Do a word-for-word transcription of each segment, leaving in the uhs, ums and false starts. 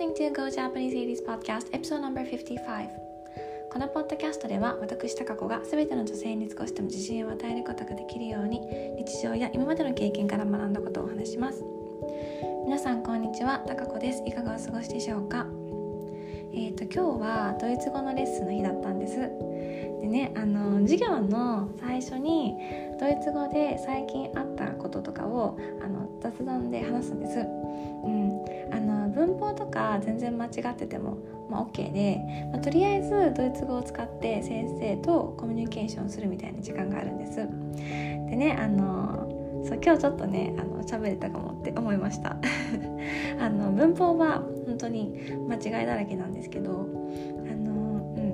listening to Go Japanese エイティーズ Podcast Episode ナンバーフィフティーファイブ。 このポッドキャストでは私タカ子が全ての女性に少しでも自信を与えることができるように日常や今までの経験から学んだことをお話します。皆さんこんにちは、タカ子です。いかがお過ごしでしょうか。えーと今日はドイツ語のレッスンの日だったんです。でね、あの授業の最初にドイツ語で最近あったこととかをあの雑談で話すんです。うん、あの文法とか全然間違ってても、まあ、OK で、まあ、とりあえずドイツ語を使って先生とコミュニケーションするみたいな時間があるんです。でね、あのそう今日ちょっとねあの喋れたかもって思いましたあの文法は本当に間違いだらけなんですけど、あの、うん、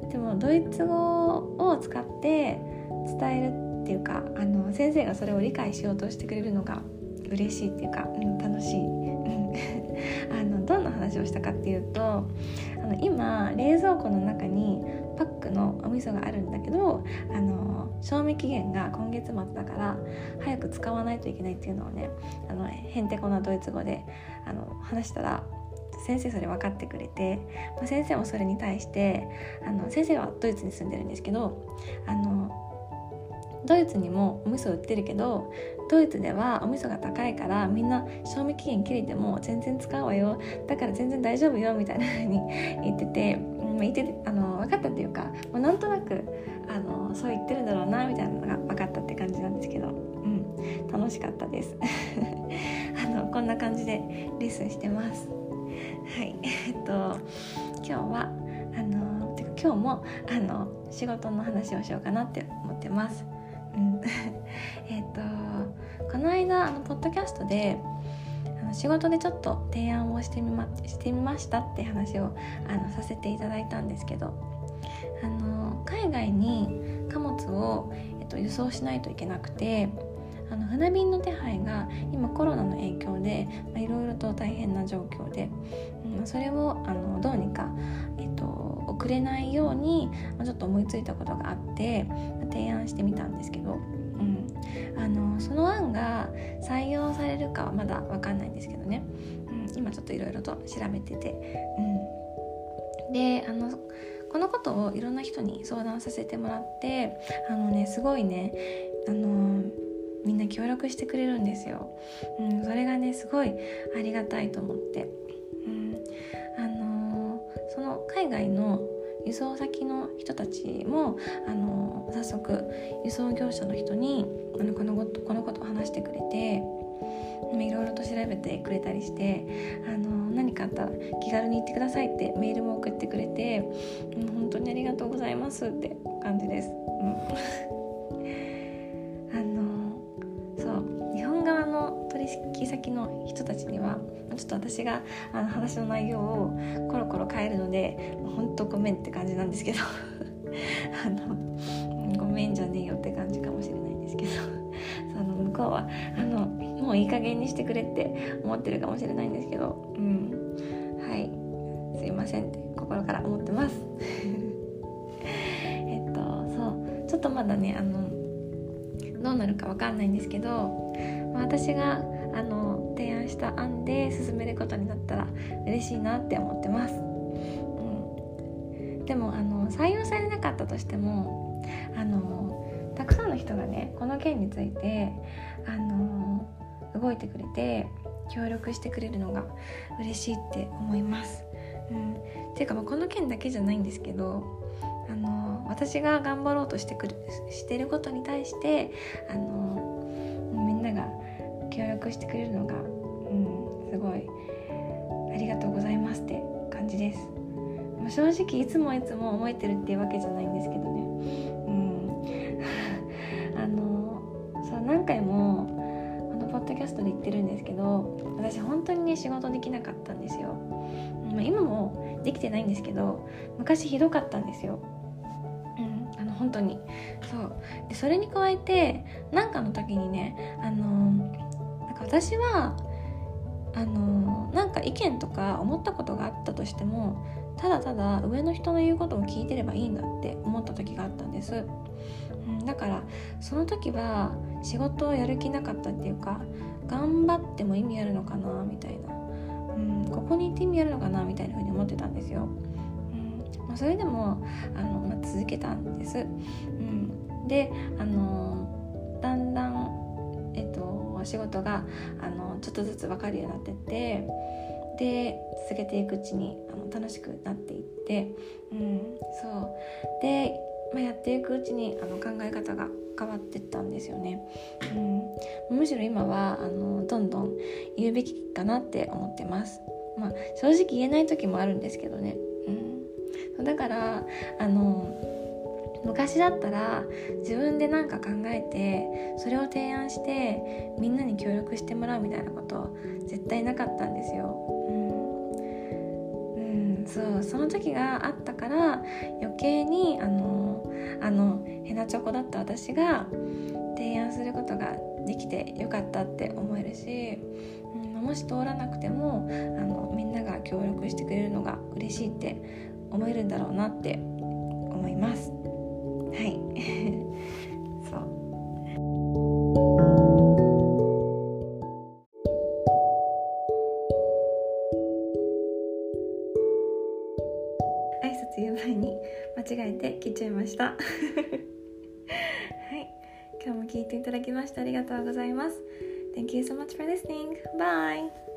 でもドイツ語を使って伝えるっていうか、あの先生がそれを理解しようとしてくれるのが嬉しいっていうか、うん、楽しいあのどんな話をしたかっていうと、あの今冷蔵庫の中にパックのお味噌があるんだけど、あの賞味期限が今月末だから早く使わないといけないっていうのをね、あのへんてこなドイツ語であの話したら先生それ分かってくれて、まあ、先生もそれに対してあの先生はドイツに住んでるんですけど、あのドイツにもお味噌売ってるけどドイツではお味噌が高いからみんな賞味期限切れても全然使うわよ、だから全然大丈夫よみたいな風に言ってて、うん、言っててあの分かったっていうか、まあ、なんとなくあのそう言ってるんだろうなみたいなのが分かったって感じなんですけど、うん、楽しかったですあのこんな感じでレッスンしてます。はいえっと今日はあのてか今日もあの仕事の話をしようかなって思ってます。うん、えっとこの間あのポッドキャストであの仕事でちょっと提案をしてみま、してみましたって話をあのさせていただいたんですけど、あの海外に貨物を、えっと、輸送しないといけなくて、あの船便の手配が今コロナの影響でいろいろと大変な状況で、うん、それをあのどうにか、えっと遅れないようにちょっと思いついたことがあって提案してみたんですけど、うん、あのその案が採用されるかはまだ分かんないんですけどね、うん、今ちょっといろいろと調べてて、うん、であのこのことをいろんな人に相談させてもらって、あのねすごいねあのみんな協力してくれるんですよ、うん、それがねすごいありがたいと思って、うん、あのその海外の輸送先の人たちもあの早速輸送業者の人にあのこのこと、このことを話してくれて、いろいろと調べてくれたりして、あの何かあったら気軽に言ってくださいってメールも送ってくれて、うん、本当にありがとうございますって感じです、うん、あのそう日本側の取引先の人たちにはちょっと私があの話の内容をコロコロ変えるので本当ごめんって感じなんですけどあのごめんじゃねえよって感じかもしれないんですけどその向こうはあのもういい加減にしてくれって思ってるかもしれないんですけど、うん、はいすいませんって心から思ってますえっとそうちょっとまだねあのどうなるかわかんないんですけど、私があの提案した案で進めることになったら嬉しいなって思ってます、うん、でもあの採用されなかったとしてもあのたくさんの人がねこの件についてあの動いてくれて協力してくれるのが嬉しいって思います、うん、っていうか、まあ、この件だけじゃないんですけど、あの私が頑張ろうとしてくるしてることに対してあのみんなが協力してくれるのが、うん、すごいありがとうございますって感じです。正直いつもいつも思えてるっていうわけじゃないんですけどね、うん、あのそう何回もあのポッドキャストで言ってるんですけど、私本当にね仕事できなかったんですよ、まあ、今もできてないんですけど昔ひどかったんですよ、うん、あの本当にそうでそれに加えて何かの時にねあのなんか私はあのなんか意見とか思ったことがあったとしてもただただ上の人の言うことを聞いてればいいんだって思った時があったんです、うん、だからその時は仕事をやる気なかったっていうか頑張っても意味あるのかなみたいな、ううん、ここに行って意味あるのかなみたいな風に思ってたんですよ。うんまあ、それでもあの、まあ、続けたんです。うん、であのだんだん、えっと、仕事があのちょっとずつ分かるようになってってで続けていくうちにあの楽しくなっていって、うん、そうで、まあ、やっていくうちにあの考え方が変わっていったんですよね。うん、むしろ今はあのどんどん言うべきかなって思ってます。まあ、正直言えない時もあるんですけどね。うん、だからあの昔だったら自分で何か考えてそれを提案してみんなに協力してもらうみたいなこと絶対なかったんですよ。うん、うん、そうその時があったから余計にあのあのヘナチョコだった私が提案することができてよかったって思えるし、うん、もし通らなくてもあのみんなが協力してくれるのが嬉しいって思えるんだろうなって思います。はいそう挨拶言う前に間違えて切っちゃいましたはい今日も聞いていただきましてありがとうございます。 Thank you so much for listening. Bye.